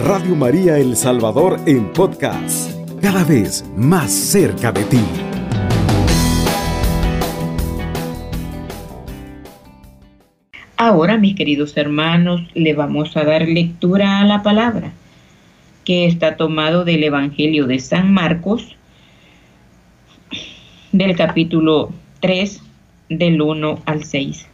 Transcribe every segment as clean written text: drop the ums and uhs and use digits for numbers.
Radio María El Salvador en podcast, cada vez más cerca de ti. Ahora, mis queridos hermanos, le vamos a dar lectura a la palabra, que está tomado del Evangelio de San Marcos, del capítulo 3, del 1 al 6.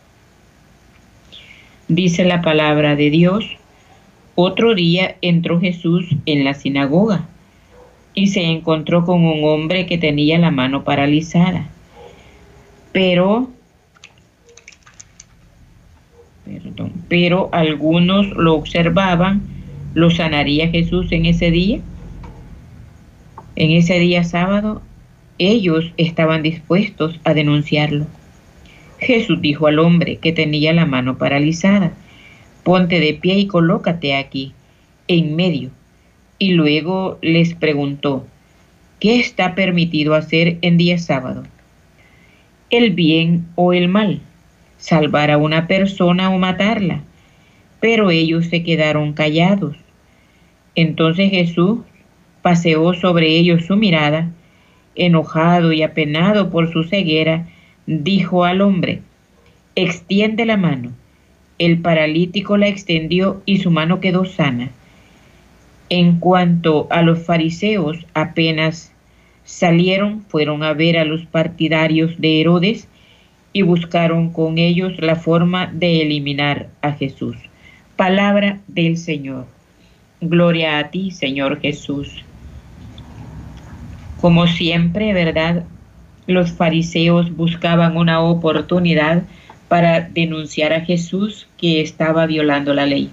Dice la palabra de Dios: otro día entró Jesús en la sinagoga y se encontró con un hombre que tenía la mano paralizada. Pero algunos lo observaban. ¿Lo sanaría Jesús en ese día? En ese día sábado, ellos estaban dispuestos a denunciarlo. Jesús dijo al hombre que tenía la mano paralizada: ponte de pie y colócate aquí, en medio. Y luego les preguntó: ¿qué está permitido hacer en día sábado? ¿El bien o el mal? ¿Salvar a una persona o matarla? Pero ellos se quedaron callados. Entonces Jesús paseó sobre ellos su mirada, enojado y apenado por su ceguera, dijo al hombre: extiende la mano. El paralítico la extendió y su mano quedó sana. En cuanto a los fariseos, apenas salieron, fueron a ver a los partidarios de Herodes y buscaron con ellos la forma de eliminar a Jesús. Palabra del Señor. Gloria a ti, Señor Jesús. Como siempre, ¿verdad? Los fariseos buscaban una oportunidad para denunciar a Jesús, que estaba violando la ley.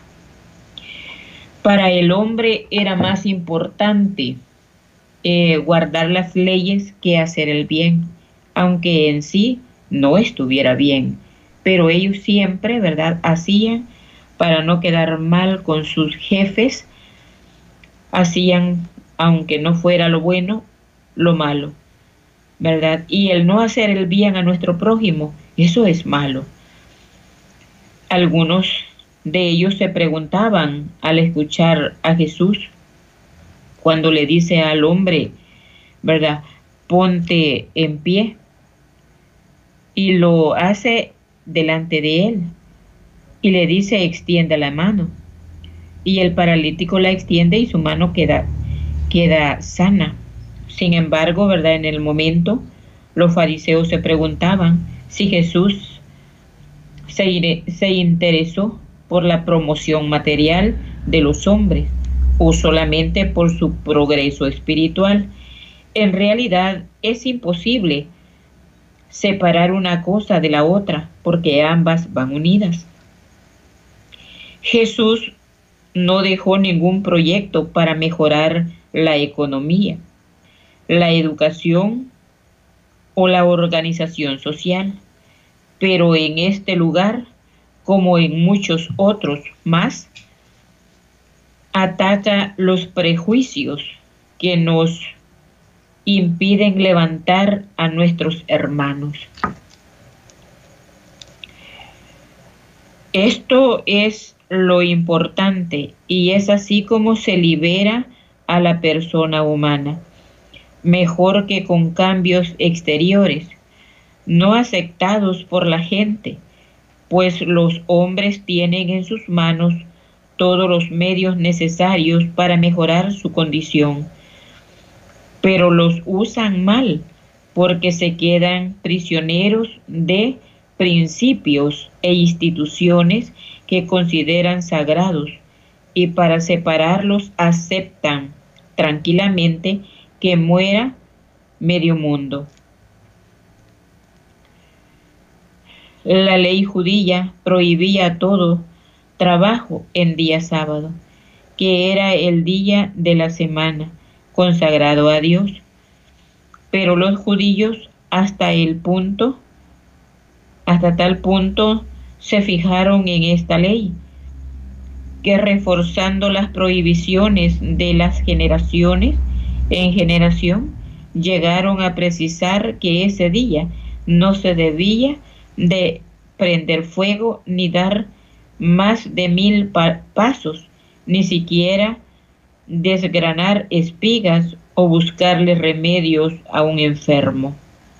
Para el hombre era más importante guardar las leyes que hacer el bien, aunque en sí no estuviera bien. Pero ellos siempre, ¿verdad?, hacían, para no quedar mal con sus jefes, hacían, aunque no fuera lo bueno, lo malo, ¿verdad? Y el no hacer el bien a nuestro prójimo, eso es malo. Algunos de ellos se preguntaban al escuchar a Jesús, cuando le dice al hombre, ¿verdad?, ponte en pie, y lo hace delante de él, y le dice: extienda la mano. Y el paralítico la extiende y su mano queda sana. Sin embargo, ¿verdad?, en el momento, los fariseos se preguntaban si Jesús se interesó por la promoción material de los hombres o solamente por su progreso espiritual. En realidad es imposible separar una cosa de la otra, porque ambas van unidas. Jesús no dejó ningún proyecto para mejorar la economía, la educación o la organización social, pero en este lugar, como en muchos otros más, ataca los prejuicios que nos impiden levantar a nuestros hermanos. Esto es lo importante, y es así como se libera a la persona humana, mejor que con cambios exteriores, no aceptados por la gente, pues los hombres tienen en sus manos todos los medios necesarios para mejorar su condición, pero los usan mal, porque se quedan prisioneros de principios e instituciones que consideran sagrados, y para separarlos aceptan tranquilamente que muera medio mundo. La ley judía prohibía todo trabajo en día sábado, que era el día de la semana consagrado a Dios. Pero los judíos hasta tal punto se fijaron en esta ley, que reforzando las prohibiciones de las generaciones en generación, llegaron a precisar que ese día no se debía de prender fuego ni dar más de 1000 pasos ni siquiera desgranar espigas o buscarle remedios a un enfermo.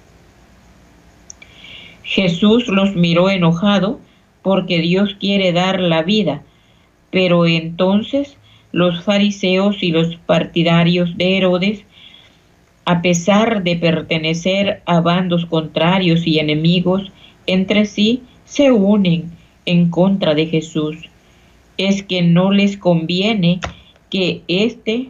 Jesús los miró enojado porque Dios quiere dar la vida, pero entonces los fariseos y los partidarios de Herodes, a pesar de pertenecer a bandos contrarios y enemigos entre sí, se unen en contra de Jesús. Es que no les conviene que éste,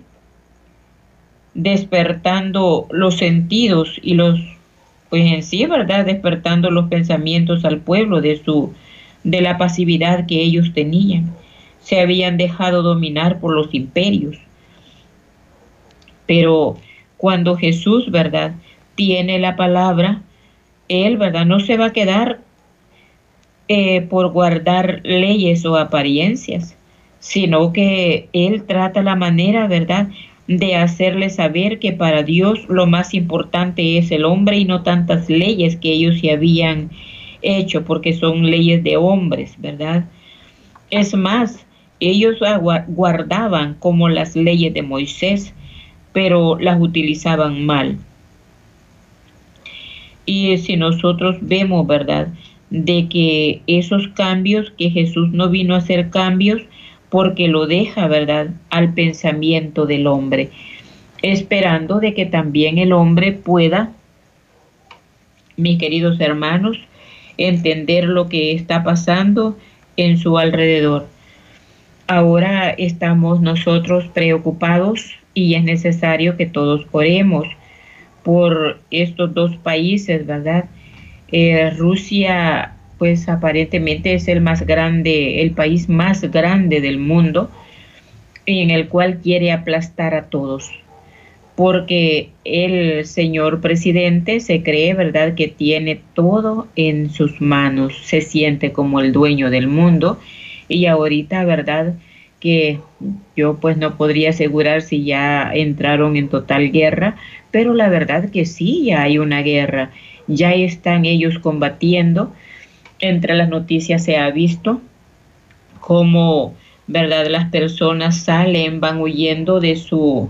despertando los sentidos y pues en sí, ¿verdad?, despertando los pensamientos al pueblo de la pasividad que ellos tenían. Se habían dejado dominar por los imperios. Pero cuando Jesús, ¿verdad?, tiene la palabra, Él, ¿verdad?, no se va a quedar por guardar leyes o apariencias, sino que Él trata la manera, ¿verdad?, de hacerle saber que para Dios lo más importante es el hombre y no tantas leyes que ellos se habían hecho, porque son leyes de hombres, ¿verdad? Es más, ellos guardaban como las leyes de Moisés, pero las utilizaban mal. Y si nosotros vemos, ¿verdad?, de que esos cambios, que Jesús no vino a hacer cambios porque lo deja, ¿verdad?, al pensamiento del hombre, esperando de que también el hombre pueda, mis queridos hermanos, entender lo que está pasando en su alrededor. Ahora estamos nosotros preocupados y es necesario que todos oremos por estos dos países, ¿verdad? Rusia, pues aparentemente es el país más grande del mundo, en el cual quiere aplastar a todos, porque el señor presidente se cree, ¿verdad?, que tiene todo en sus manos, se siente como el dueño del mundo, y ahorita, ¿verdad?, que yo pues no podría asegurar si ya entraron en total guerra, pero la verdad que sí, ya hay una guerra, ya están ellos combatiendo. Entre las noticias se ha visto cómo, ¿verdad?, las personas salen, van huyendo de sus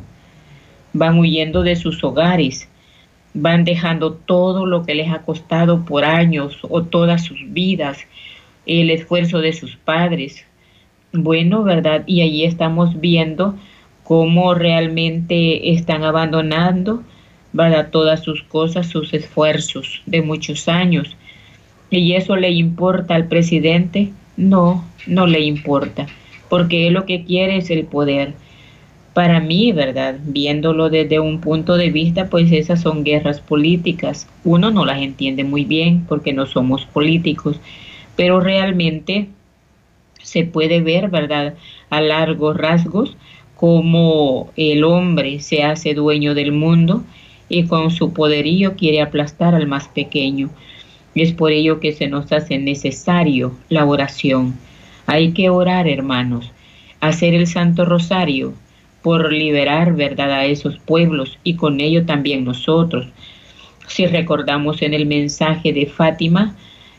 hogares, van dejando todo lo que les ha costado por años o todas sus vidas, el esfuerzo de sus padres. Bueno, ¿verdad? Y allí estamos viendo cómo realmente están abandonando, ¿verdad?, todas sus cosas, sus esfuerzos de muchos años. ¿Y eso le importa al presidente? No, no le importa, porque él lo que quiere es el poder. Para mí, ¿verdad?, viéndolo desde un punto de vista, pues esas son guerras políticas. Uno no las entiende muy bien porque no somos políticos, pero realmente se puede ver, ¿verdad?, a largos rasgos, cómo el hombre se hace dueño del mundo y con su poderío quiere aplastar al más pequeño. Es por ello que se nos hace necesario la oración. Hay que orar, hermanos, hacer el Santo Rosario por liberar, ¿verdad?, a esos pueblos y con ello también nosotros. Si recordamos en el mensaje de Fátima,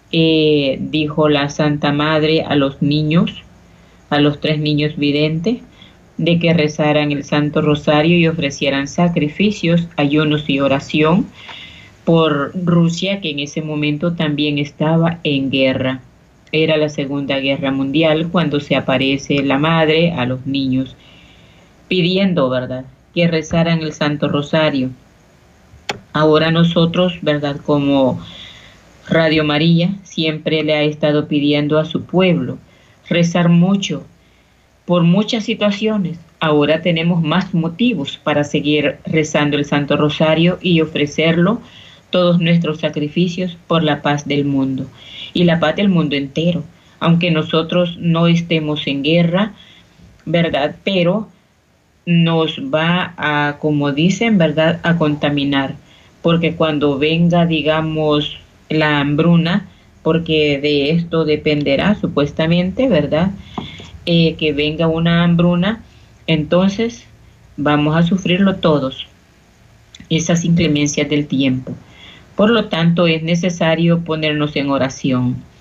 dijo la Santa Madre a los niños, a los 3 niños videntes, de que rezaran el Santo Rosario y ofrecieran sacrificios, ayunos y oración por Rusia, que en ese momento también estaba en guerra. Era la Segunda Guerra Mundial cuando se aparece la Madre a los niños pidiendo, ¿verdad?, que rezaran el Santo Rosario. Ahora nosotros, ¿verdad?, como Radio María siempre le ha estado pidiendo a su pueblo rezar mucho por muchas situaciones. Ahora tenemos más motivos para seguir rezando el Santo Rosario y ofrecerlo todos nuestros sacrificios por la paz del mundo y la paz del mundo entero, aunque nosotros no estemos en guerra, ¿verdad?, pero nos va a, como dicen, ¿verdad?, a contaminar, porque cuando venga, digamos, la hambruna, porque de esto dependerá supuestamente, ¿verdad?, que venga una hambruna, entonces vamos a sufrirlo todos, esas inclemencias del tiempo. Por lo tanto, es necesario ponernos en oración.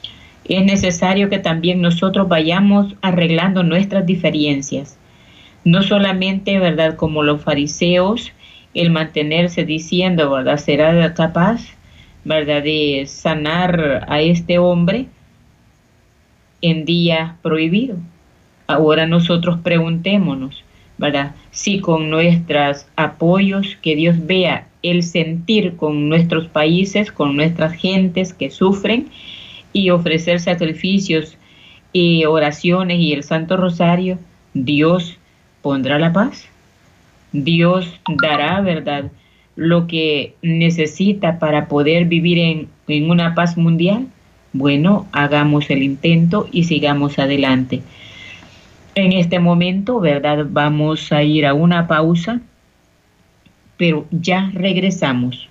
Es necesario que también nosotros vayamos arreglando nuestras diferencias. No solamente, ¿verdad?, como los fariseos, el mantenerse diciendo, ¿verdad?, será capaz, ¿verdad?, de sanar a este hombre en día prohibido. Ahora nosotros preguntémonos, ¿verdad?, si con nuestros apoyos, que Dios vea el sentir con nuestros países, con nuestras gentes que sufren, y ofrecer sacrificios y oraciones y el Santo Rosario, Dios pondrá la paz. Dios dará, ¿verdad?, lo que necesita para poder vivir en una paz mundial. Bueno, hagamos el intento y sigamos adelante. En este momento, ¿verdad?, vamos a ir a una pausa, pero ya regresamos.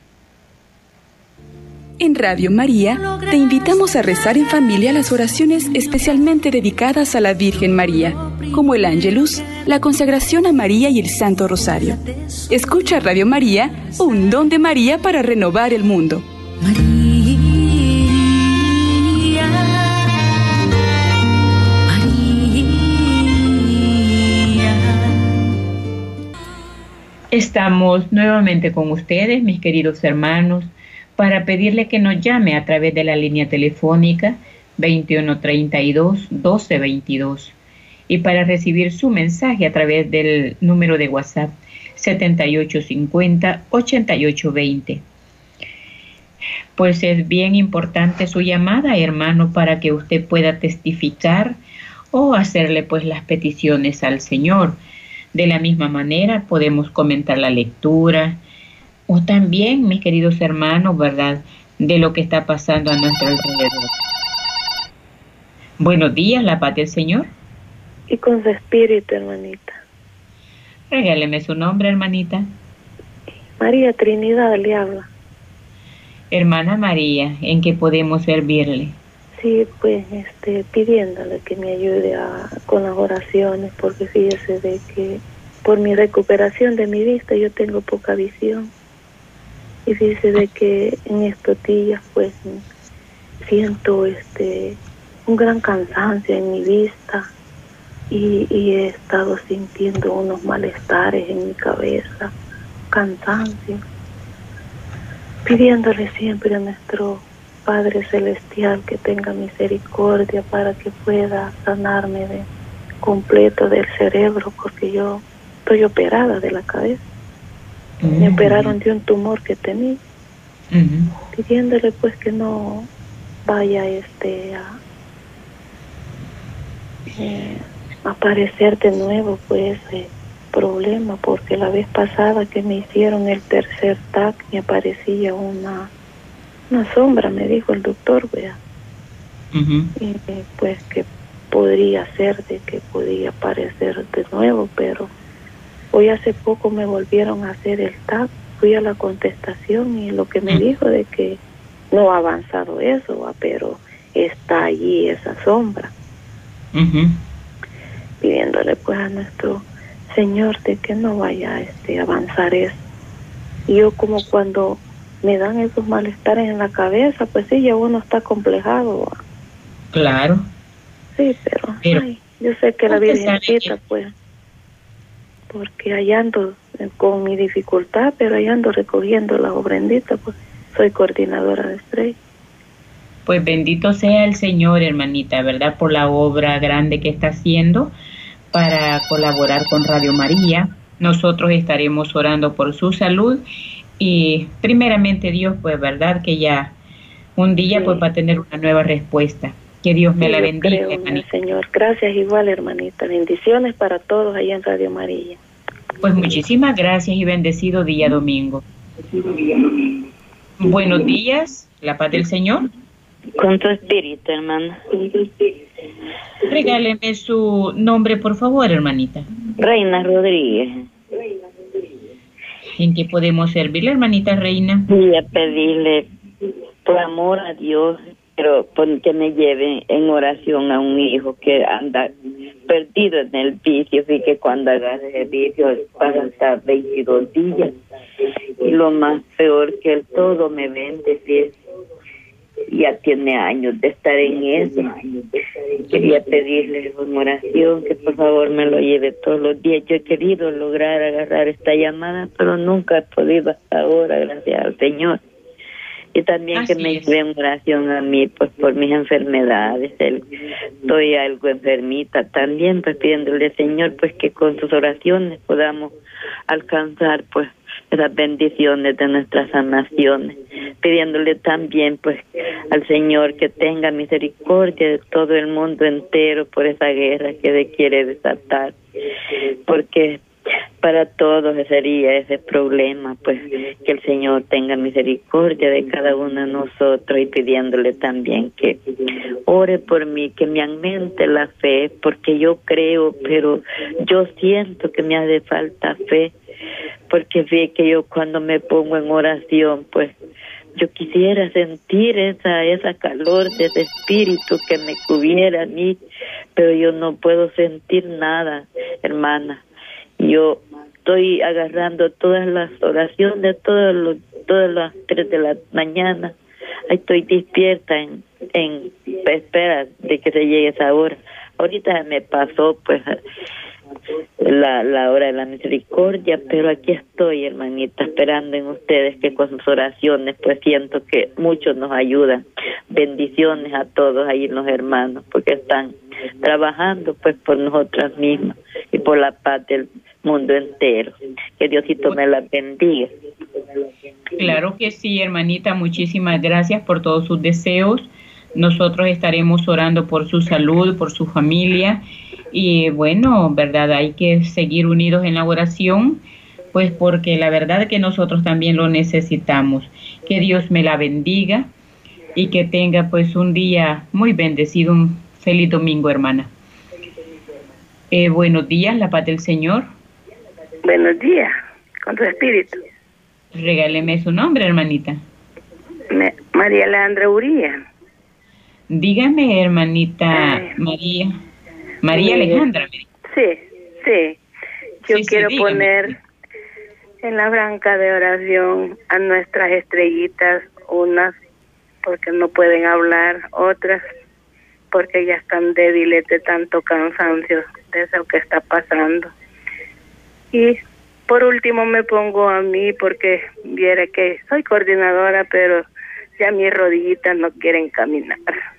En Radio María te invitamos a rezar en familia las oraciones especialmente dedicadas a la Virgen María, como el Ángelus, la consagración a María y el Santo Rosario. Escucha Radio María, un don de María para renovar el mundo. María, María. Estamos nuevamente con ustedes, mis queridos hermanos, para pedirle que nos llame a través de la línea telefónica 2132-1222 y para recibir su mensaje a través del número de WhatsApp 7850-8820. Pues es bien importante su llamada, hermano, para que usted pueda testificar o hacerle pues las peticiones al Señor. De la misma manera podemos comentar la lectura, o también, mis queridos hermanos, ¿verdad?, de lo que está pasando a nuestro alrededor. Buenos días, la paz del Señor. Y con su espíritu, hermanita. Regáleme su nombre, hermanita. María Trinidad le habla. Hermana María, ¿en qué podemos servirle? Sí, pues pidiéndole que me ayude con las oraciones, porque fíjese de que por mi recuperación de mi vista yo tengo poca visión. Y fíjese de que en estos días pues siento un gran cansancio en mi vista y he estado sintiendo unos malestares en mi cabeza, cansancio, pidiéndole siempre a nuestro Padre Celestial que tenga misericordia para que pueda sanarme de completo del cerebro, porque yo estoy operada de la cabeza. Me operaron de un tumor que tenía, pidiéndole pues que no vaya a aparecer de nuevo pues ese problema, porque la vez pasada que me hicieron el tercer TAC me aparecía una sombra, me dijo el doctor, vea. Y pues que podría ser de que podía aparecer de nuevo, pero hoy hace poco me volvieron a hacer el TAC, fui a la contestación y lo que me dijo de que no ha avanzado eso, pero está allí esa sombra. Pidiéndole pues a nuestro Señor de que no vaya a avanzar eso. Y yo como cuando me dan esos malestares en la cabeza, pues sí, ya uno está complejado. Claro. Sí, pero ay, yo sé que la Virgencita pues, porque allá ando con mi dificultad, pero allá ando recogiendo las ofrenditas, pues soy coordinadora de Estrella. Pues bendito sea el Señor, hermanita, ¿verdad?, por la obra grande que está haciendo para colaborar con Radio María. Nosotros estaremos orando por su salud y primeramente Dios, pues, ¿verdad?, que ya un día pues va a tener una nueva respuesta. Que Dios me la bendiga, hermanita. Señor, gracias igual, hermanita. Bendiciones para todos allá en Radio María. Pues muchísimas gracias y bendecido día domingo. Buenos días, la paz del Señor. Con tu espíritu, hermana. Regáleme su nombre, por favor, hermanita. Reina Rodríguez. ¿En qué podemos servirle, hermanita Reina? Voy a pedirle por amor a Dios, pero que me lleve en oración a un hijo que anda perdido en el vicio, así que cuando agarre el vicio pasa hasta 22 días. Y lo más peor que el todo me vende, ¿sí? ya tiene años de estar en eso. Quería pedirle en oración que por favor me lo lleve todos los días. Yo he querido lograr agarrar esta llamada, pero nunca he podido hasta ahora, gracias al Señor. Y también Así que me es. lleve en oración a mí, pues por mis enfermedades. Estoy algo enfermita también, pues pidiéndole al Señor, pues que con sus oraciones podamos alcanzar, pues, esas bendiciones de nuestras sanaciones, pidiéndole también pues al Señor que tenga misericordia de todo el mundo entero por esa guerra que quiere desatar, porque para todos sería ese problema, pues que el Señor tenga misericordia de cada uno de nosotros, y pidiéndole también que ore por mí, que me aumente la fe, porque yo creo, pero yo siento que me hace falta fe, porque ve que yo cuando me pongo en oración, pues yo quisiera sentir esa calor de ese espíritu que me cubriera a mí, pero yo no puedo sentir nada, hermana. Yo estoy agarrando todas las oraciones, todas las 3 de la mañana. Ahí estoy despierta en espera de que se llegue esa hora. Ahorita me pasó pues la hora de la misericordia, pero aquí estoy, hermanita, esperando en ustedes, que con sus oraciones pues siento que muchos nos ayudan. Bendiciones a todos ahí los hermanos, porque están trabajando pues por nosotras mismas y por la paz del mundo entero. Que Diosito me las bendiga. Claro que sí, hermanita, muchísimas gracias por todos sus deseos. Nosotros estaremos orando por su salud, por su familia, y bueno, verdad, hay que seguir unidos en la oración, pues porque la verdad es que nosotros también lo necesitamos. Que Dios me la bendiga y que tenga pues un día muy bendecido, un feliz domingo, hermana. Buenos días, la paz del Señor. Buenos días, con tu espíritu. Regáleme su nombre, hermanita. María Alejandra Uría. Dígame, hermanita María Alejandra. Sí. Yo quiero dígame. poner en la branca de oración a nuestras estrellitas, unas porque no pueden hablar, otras porque ya están débiles de tanto cansancio de eso que está pasando. Y por último me pongo a mí, porque viera que soy coordinadora, pero ya mis rodillitas no quieren caminar.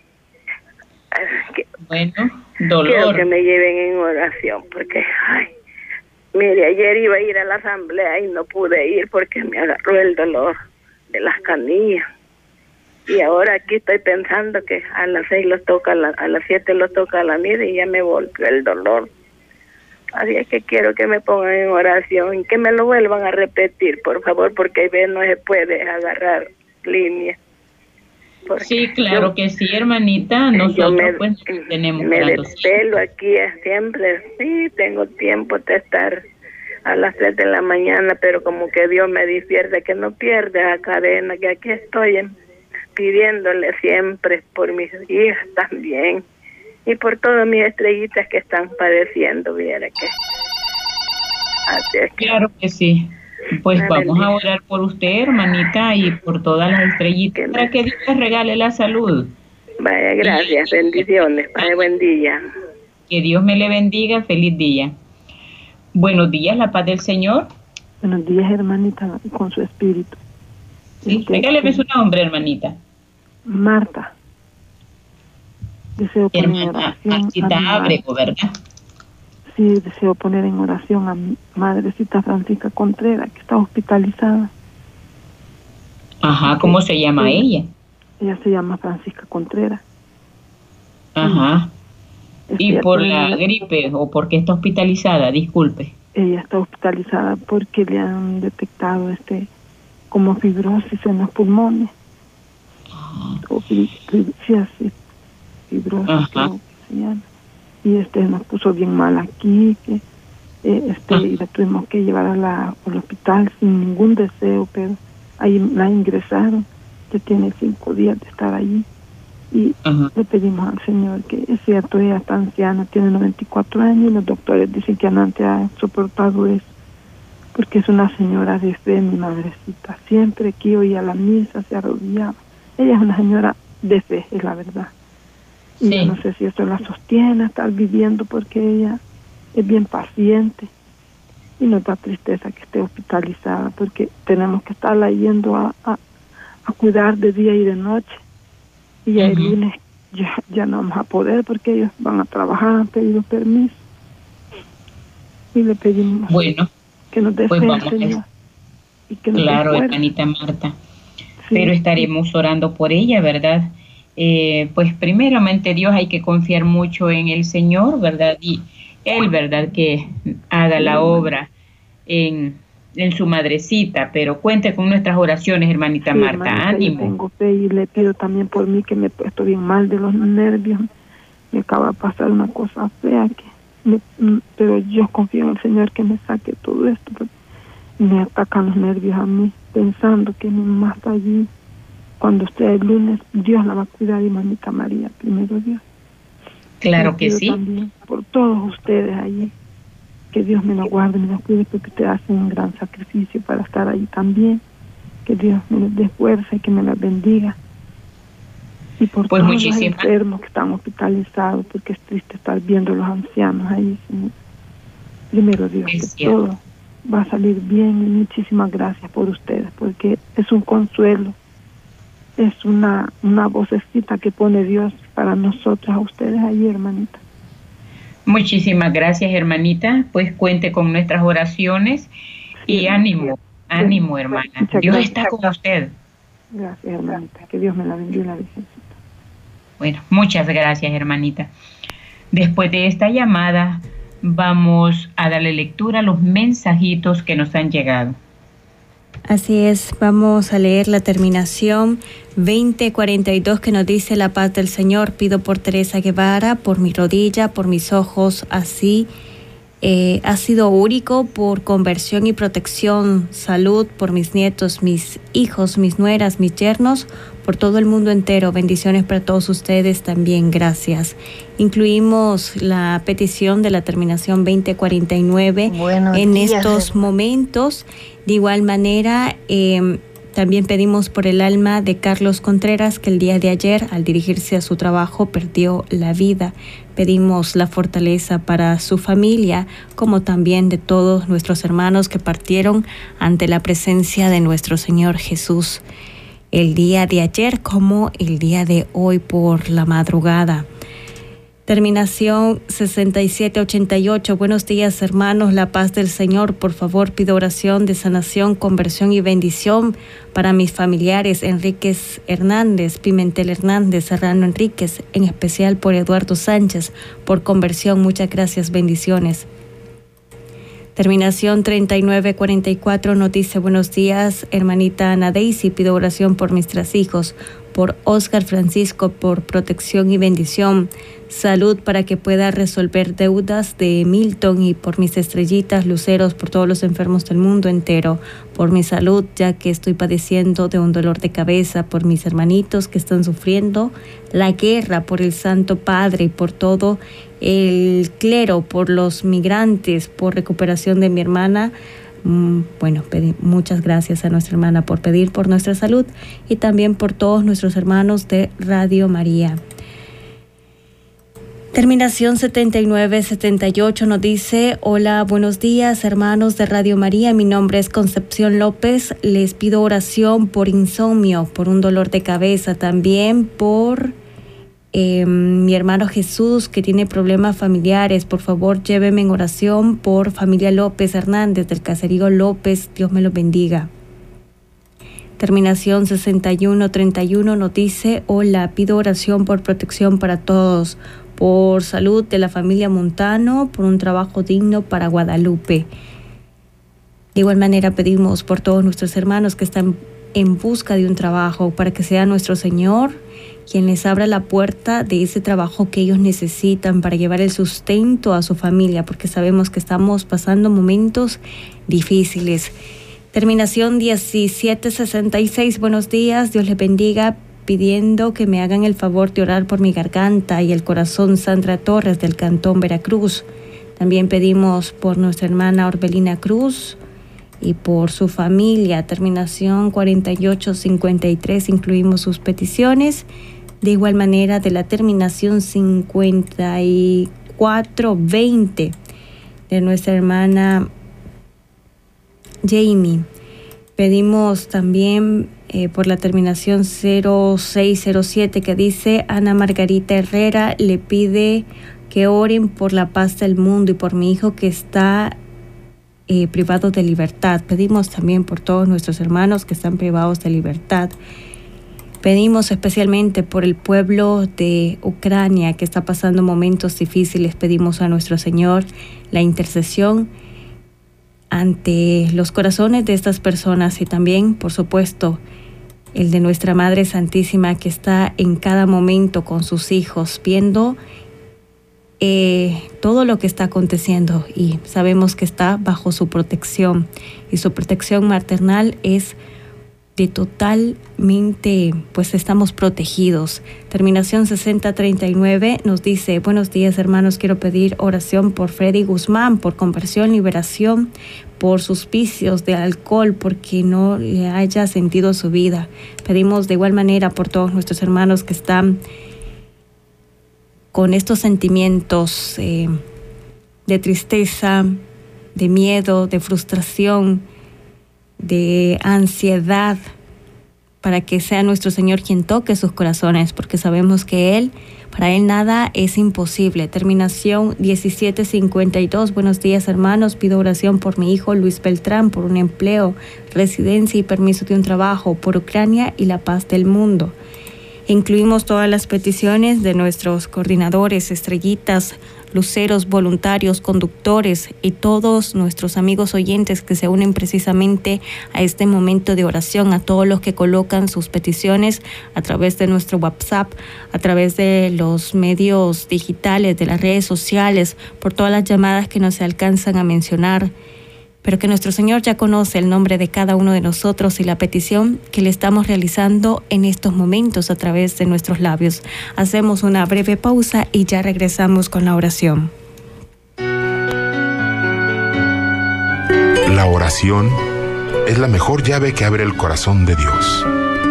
Bueno, Quiero dolor. que me lleven en oración, porque, mire, ayer iba a ir a la asamblea y no pude ir porque me agarró el dolor de las canillas. Y ahora aquí estoy pensando que a las 6 los toca, a las 7 los toca la misa y ya me volvió el dolor. Así es que quiero que me pongan en oración y que me lo vuelvan a repetir, por favor, porque ahí ve no se puede agarrar línea. Sí, claro que sí, hermanita. Nosotros pues tenemos me orando despelo aquí siempre. Sí, tengo tiempo de estar a las 3 de la mañana, pero como que Dios me despierta, que no pierda la cadena, que aquí estoy pidiéndole siempre por mis hijas también y por todas mis estrellitas que están padeciendo, viera que. Así es que Claro que sí. Pues vamos a orar por usted, hermanita, y por todas las estrellitas, para que Dios les regale la salud. Vaya, gracias, bendiciones, vaya, buen día. Que Dios me le bendiga, feliz día. Buenos días, la paz del Señor. Buenos días, hermanita, con su espíritu. Sí, regáleme su nombre, hermanita. Marta. Deseo poner en Hermana oración Martita Ábrego, ¿verdad? Sí, deseo poner en oración a mi madrecita Francisca Contreras, que está hospitalizada. Ajá, ¿cómo se llama ella? Ella se llama Francisca Contreras. Ajá. ¿Y por la ella gripe o porque está hospitalizada? Disculpe. Ella está hospitalizada porque le han detectado como fibrosis en los pulmones. O fibrosis, creo que se llama. Y nos puso bien mal aquí, que y la tuvimos que llevar al hospital sin ningún deseo, pero ahí la ingresaron. Ya tiene 5 días de estar allí. Y le pedimos al Señor que es cierto, ella está anciana, tiene 94 años, y los doctores dicen que antes ha soportado eso, porque es una señora de fe, mi madrecita. Siempre que oía la misa se arrodillaba. Ella es una señora de fe, es la verdad. Y Sí. yo no sé si eso la sostiene a estar viviendo, porque ella es bien paciente y nos da tristeza que esté hospitalizada, porque tenemos que estarla yendo a cuidar de día y de noche. Y ya el lunes ya no vamos a poder, porque ellos van a trabajar, han pedido permiso. Y le pedimos que nos dé pues fe, vamos Señor, y que nos dé Claro, fuerza. hermanita Marta. Sí. Pero estaremos orando por ella, ¿verdad? Pues primeramente Dios, hay que confiar mucho en el Señor, ¿verdad? Y Él, ¿verdad? Que haga la obra en su madrecita, pero cuente con nuestras oraciones, hermanita Sí, Marta. hermanita, Ánimo. yo tengo fe y le pido también por mí, que me he puesto bien mal de los nervios. Me acaba de pasar una cosa fea, pero yo confío en el Señor que me saque todo esto, porque me atacan los nervios a mí, pensando que mi mamá está allí. Cuando esté el lunes, Dios la va a cuidar, hermanita María, primero Dios. Claro que pido sí. También por todos ustedes allí, que Dios me la guarde, me la cuide, porque ustedes hacen un gran sacrificio para estar allí también. Que Dios me les dé fuerza y que me las bendiga. Y por Pues todos los muchísimas enfermos que están hospitalizados, porque es triste estar viendo a los ancianos ahí, Señor. Primero Dios, Es que cierto. todo va a salir bien, y muchísimas gracias por ustedes, porque es un consuelo, es una vocecita que pone Dios para nosotros, a ustedes ahí, hermanita. Muchísimas gracias, hermanita. Pues cuente con nuestras oraciones y ánimo, ánimo, hermana. Muchas Dios gracias. está con usted. Gracias, hermanita, que Dios me la bendiga, la Virgencita. Bueno, muchas gracias, hermanita. Después de esta llamada, vamos a darle lectura a los mensajitos que nos han llegado. Así es, vamos a leer la terminación 2042 que nos dice: la paz del Señor. Pido por Teresa Guevara, por mi rodilla, por mis ojos, así ácido úrico, por conversión y protección, salud, por mis nietos, mis hijos, mis nueras, mis yernos, por todo el mundo entero. Bendiciones para todos ustedes también, gracias. Incluimos la petición de la terminación 2049 en días, estos momentos. De igual manera, también pedimos por el alma de Carlos Contreras, que el día de ayer, al dirigirse a su trabajo, perdió la vida. Pedimos la fortaleza para su familia, como también de todos nuestros hermanos que partieron ante la presencia de nuestro Señor Jesús, el día de ayer como el día de hoy por la madrugada. Terminación 6788. Buenos días, hermanos. La paz del Señor. Por favor, pido oración de sanación, conversión y bendición para mis familiares: Enríquez Hernández, Pimentel Hernández, Serrano Enríquez, en especial por Eduardo Sánchez, por conversión. Muchas gracias, bendiciones. Terminación 3944 nos dice: buenos días, hermanita Ana Daisy, pido oración por mis 3 hijos, por Oscar Francisco, por protección y bendición, salud para que pueda resolver deudas de Milton, y por mis estrellitas, luceros, por todos los enfermos del mundo entero, por mi salud, ya que estoy padeciendo de un dolor de cabeza, por mis hermanitos que están sufriendo la guerra, por el Santo Padre, por todo el clero, por los migrantes, por recuperación de mi hermana. Bueno, muchas gracias a nuestra hermana por pedir por nuestra salud, y también por todos nuestros hermanos de Radio María. Terminación 7978 nos dice: hola, buenos días, hermanos de Radio María. Mi nombre es Concepción López. Les pido oración por insomnio, por un dolor de cabeza, también por mi hermano Jesús, que tiene problemas familiares. Por favor, lléveme en oración por familia López Hernández, del caserío López. Dios me los bendiga. Terminación 6131 nos dice: hola, pido oración por protección para todos, por salud de la familia Montano, por un trabajo digno para Guadalupe. De igual manera pedimos por todos nuestros hermanos que están en busca de un trabajo, para que sea nuestro Señor quien les abra la puerta de ese trabajo que ellos necesitan para llevar el sustento a su familia, porque sabemos que estamos pasando momentos difíciles. Terminación 1766, buenos días, Dios les bendiga, pidiendo que me hagan el favor de orar por mi garganta y el corazón. Sandra Torres, del Cantón Veracruz. También pedimos por nuestra hermana Orbelina Cruz y por su familia. Terminación 4853, incluimos sus peticiones. De igual manera, de la terminación 5420 de nuestra hermana Jamie. Pedimos también por la terminación 0607 que dice: Ana Margarita Herrera le pide que oren por la paz del mundo y por mi hijo que está privado de libertad. Pedimos también por todos nuestros hermanos que están privados de libertad. Pedimos especialmente por el pueblo de Ucrania que está pasando momentos difíciles. Pedimos a nuestro Señor la intercesión ante los corazones de estas personas y también, por supuesto, el de nuestra Madre Santísima que está en cada momento con sus hijos viendo todo lo que está aconteciendo y sabemos que está bajo su protección y su protección maternal es de totalmente, pues estamos protegidos. Terminación 6039 nos dice: buenos días hermanos, quiero pedir oración por Freddy Guzmán, por conversión, liberación, por sus vicios de alcohol, porque no le haya sentido su vida. Pedimos de igual manera por todos nuestros hermanos que están con estos sentimientos de tristeza, de miedo, de frustración, de ansiedad, para que sea nuestro Señor quien toque sus corazones, porque sabemos que para Él nada es imposible. Terminación 1752. Buenos días hermanos, pido oración por mi hijo Luis Beltrán, por un empleo, residencia y permiso de un trabajo, por Ucrania y la paz del mundo. Incluimos todas las peticiones de nuestros coordinadores, estrellitas, luceros, voluntarios, conductores y todos nuestros amigos oyentes que se unen precisamente a este momento de oración, a todos los que colocan sus peticiones a través de nuestro WhatsApp, a través de los medios digitales, de las redes sociales, por todas las llamadas que no se alcanzan a mencionar, pero que nuestro Señor ya conoce el nombre de cada uno de nosotros y la petición que le estamos realizando en estos momentos a través de nuestros labios. Hacemos una breve pausa y ya regresamos con la oración. La oración es la mejor llave que abre el corazón de Dios.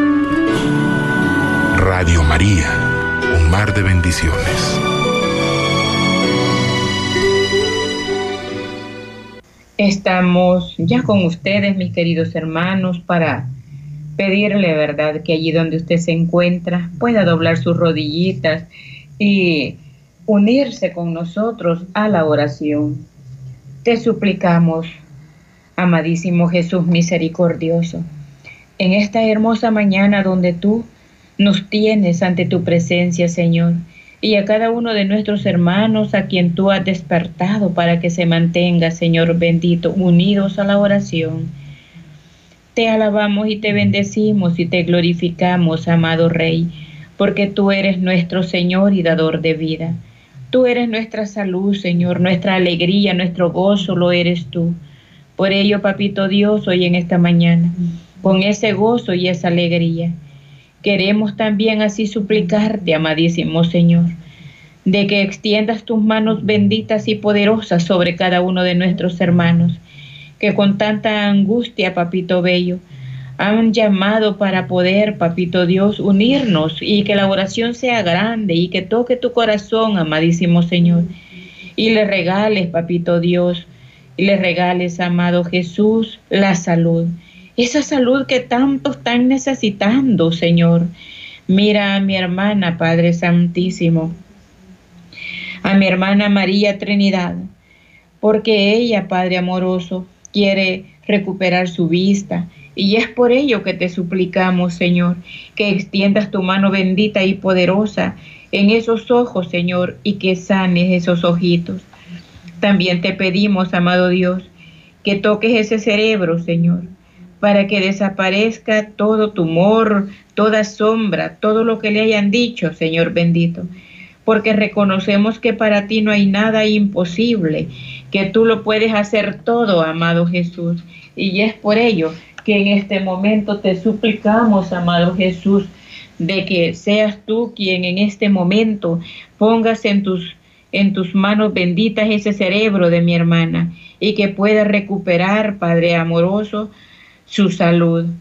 Radio María, un mar de bendiciones. Estamos ya con ustedes, mis queridos hermanos, para pedirle, verdad, que allí donde usted se encuentra pueda doblar sus rodillitas y unirse con nosotros a la oración. Te suplicamos, amadísimo Jesús misericordioso, en esta hermosa mañana donde tú nos tienes ante tu presencia, Señor, y a cada uno de nuestros hermanos a quien tú has despertado para que se mantenga, Señor bendito, unidos a la oración. Te alabamos y te bendecimos y te glorificamos, amado Rey, porque tú eres nuestro Señor y dador de vida. Tú eres nuestra salud, Señor, nuestra alegría, nuestro gozo lo eres tú. Por ello, Papito Dios, hoy en esta mañana, con ese gozo y esa alegría, queremos también así suplicarte, amadísimo Señor, de que extiendas tus manos benditas y poderosas sobre cada uno de nuestros hermanos, que con tanta angustia, Papito Bello, han llamado para poder, Papito Dios, unirnos y que la oración sea grande y que toque tu corazón, amadísimo Señor, y le regales, Papito Dios, y le regales, amado Jesús, la salud. Esa salud que tanto están necesitando, Señor. Mira a mi hermana, Padre Santísimo, a mi hermana María Trinidad, porque ella, Padre amoroso, quiere recuperar su vista. Y es por ello que te suplicamos, Señor, que extiendas tu mano bendita y poderosa en esos ojos, Señor, y que sanes esos ojitos. También te pedimos, amado Dios, que toques ese cerebro, Señor, para que desaparezca todo tumor, toda sombra, todo lo que le hayan dicho, Señor bendito, porque reconocemos que para ti no hay nada imposible, que tú lo puedes hacer todo, amado Jesús, y es por ello que en este momento te suplicamos, amado Jesús, de que seas tú quien en este momento pongas en tus manos benditas ese cerebro de mi hermana y que pueda recuperar, Padre amoroso, su salud.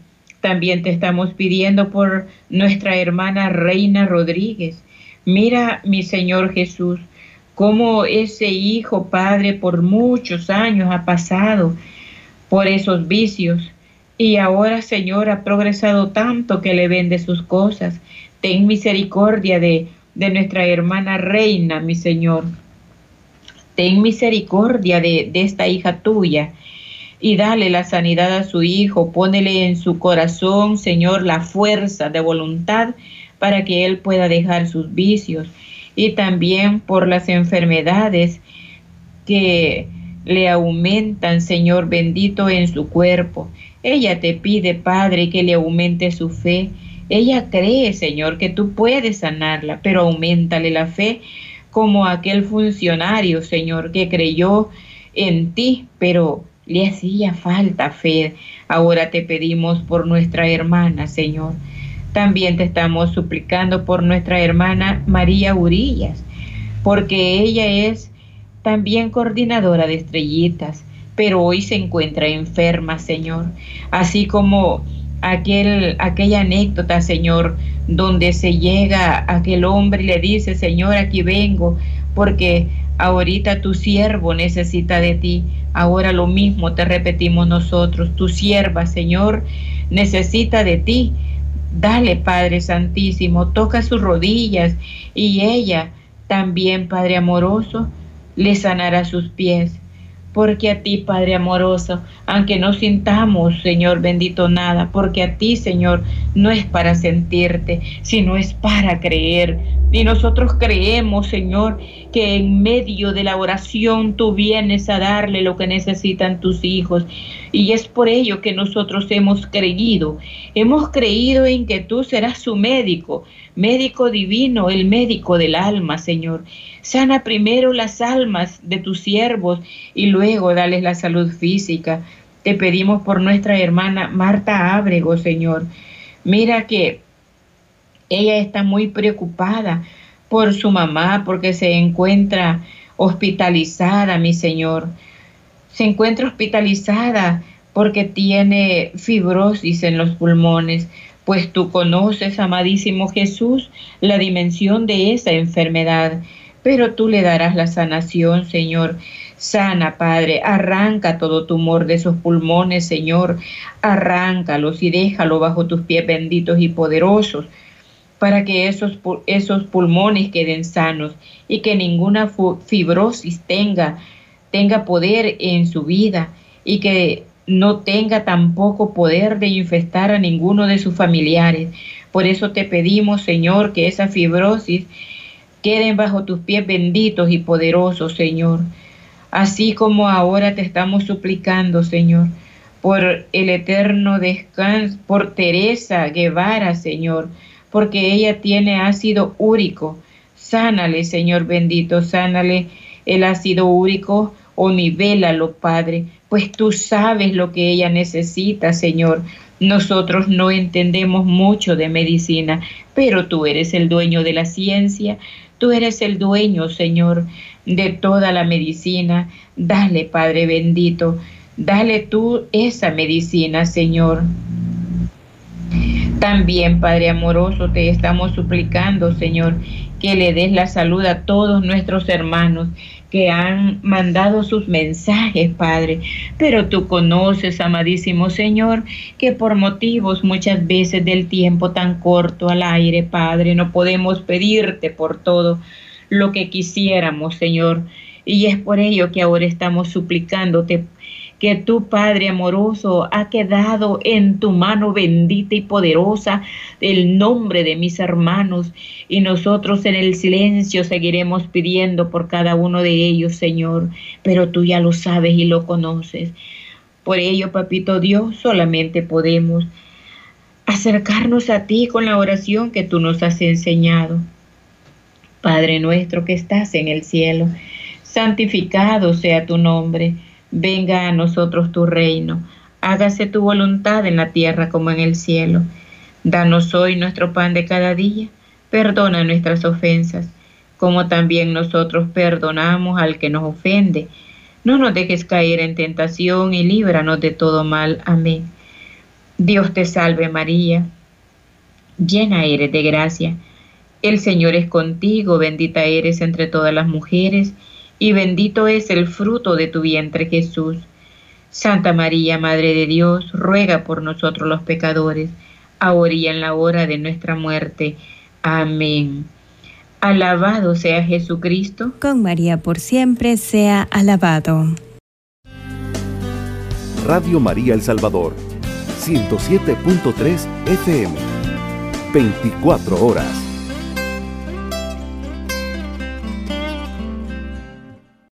También te estamos pidiendo por nuestra hermana Reina Rodríguez. Mira, mi Señor Jesús, cómo ese hijo, Padre, por muchos años ha pasado por esos vicios y ahora, Señor, ha progresado tanto que le vende sus cosas. Ten misericordia de nuestra hermana Reina, mi Señor. Ten misericordia de esta hija tuya y dale la sanidad a su hijo. Pónele en su corazón, Señor, la fuerza de voluntad para que él pueda dejar sus vicios. Y también por las enfermedades que le aumentan, Señor bendito, en su cuerpo. Ella te pide, Padre, que le aumente su fe. Ella cree, Señor, que tú puedes sanarla, pero auméntale la fe como aquel funcionario, Señor, que creyó en ti, pero le hacía falta fe. Ahora te pedimos por nuestra hermana, Señor. También te estamos suplicando por nuestra hermana María Urillas, porque ella es también coordinadora de Estrellitas, pero hoy se encuentra enferma, Señor. Así como aquella anécdota, Señor, donde se llega aquel hombre y le dice, Señor, aquí vengo, porque ahorita tu siervo necesita de ti. Ahora lo mismo te repetimos nosotros, tu sierva, Señor, necesita de ti. Dale, Padre Santísimo, toca sus rodillas y ella también, Padre amoroso, le sanará sus pies. Porque a ti, Padre amoroso, aunque no sintamos, Señor bendito, nada, porque a ti, Señor, no es para sentirte, sino es para creer. Y nosotros creemos, Señor, que en medio de la oración tú vienes a darle lo que necesitan tus hijos. Y es por ello que nosotros hemos creído en que tú serás su médico, médico divino, el médico del alma, Señor. Sana primero las almas de tus siervos y luego dales la salud física. Te pedimos por nuestra hermana Marta Ábrego, Señor. Mira que ella está muy preocupada por su mamá porque se encuentra hospitalizada, mi Señor. Se encuentra hospitalizada porque tiene fibrosis en los pulmones. Pues tú conoces, amadísimo Jesús, la dimensión de esa enfermedad, pero tú le darás la sanación, Señor. Sana, Padre, arranca todo tumor de esos pulmones, Señor. Arráncalos y déjalo bajo tus pies benditos y poderosos, para que esos pulmones queden sanos y que ninguna fibrosis tenga poder en su vida y que no tenga tampoco poder de infestar a ninguno de sus familiares. Por eso te pedimos, Señor, que esa fibrosis queden bajo tus pies benditos y poderosos, Señor. Así como ahora te estamos suplicando, Señor, por el eterno descanso, por Teresa Guevara, Señor, porque ella tiene ácido úrico. Sánale, Señor bendito, sánale el ácido úrico o nivélalo, Padre, pues tú sabes lo que ella necesita, Señor. Nosotros no entendemos mucho de medicina, pero tú eres el dueño de la ciencia, tú eres el dueño, Señor, de toda la medicina. Dale, Padre bendito, dale tú esa medicina, Señor. También, Padre amoroso, te estamos suplicando, Señor, que le des la salud a todos nuestros hermanos que han mandado sus mensajes, Padre. Pero tú conoces, amadísimo Señor, que por motivos muchas veces del tiempo tan corto al aire, Padre, no podemos pedirte por todo lo que quisiéramos, Señor. Y es por ello que ahora estamos suplicándote que tú, Padre amoroso, ha quedado en tu mano bendita y poderosa el nombre de mis hermanos, y nosotros en el silencio seguiremos pidiendo por cada uno de ellos, Señor, pero tú ya lo sabes y lo conoces. Por ello, Papito Dios, solamente podemos acercarnos a ti con la oración que tú nos has enseñado. Padre nuestro que estás en el cielo, santificado sea tu nombre. Venga a nosotros tu reino, hágase tu voluntad en la tierra como en el cielo. Danos hoy nuestro pan de cada día, perdona nuestras ofensas, como también nosotros perdonamos al que nos ofende. No nos dejes caer en tentación y líbranos de todo mal. Amén. Dios te salve María, llena eres de gracia. El Señor es contigo, bendita eres entre todas las mujeres, y bendito es el fruto de tu vientre Jesús. Santa María, Madre de Dios, ruega por nosotros los pecadores, ahora y en la hora de nuestra muerte. Amén. Alabado sea Jesucristo. Con María por siempre sea alabado. Radio María El Salvador, 107.3 FM, 24 horas.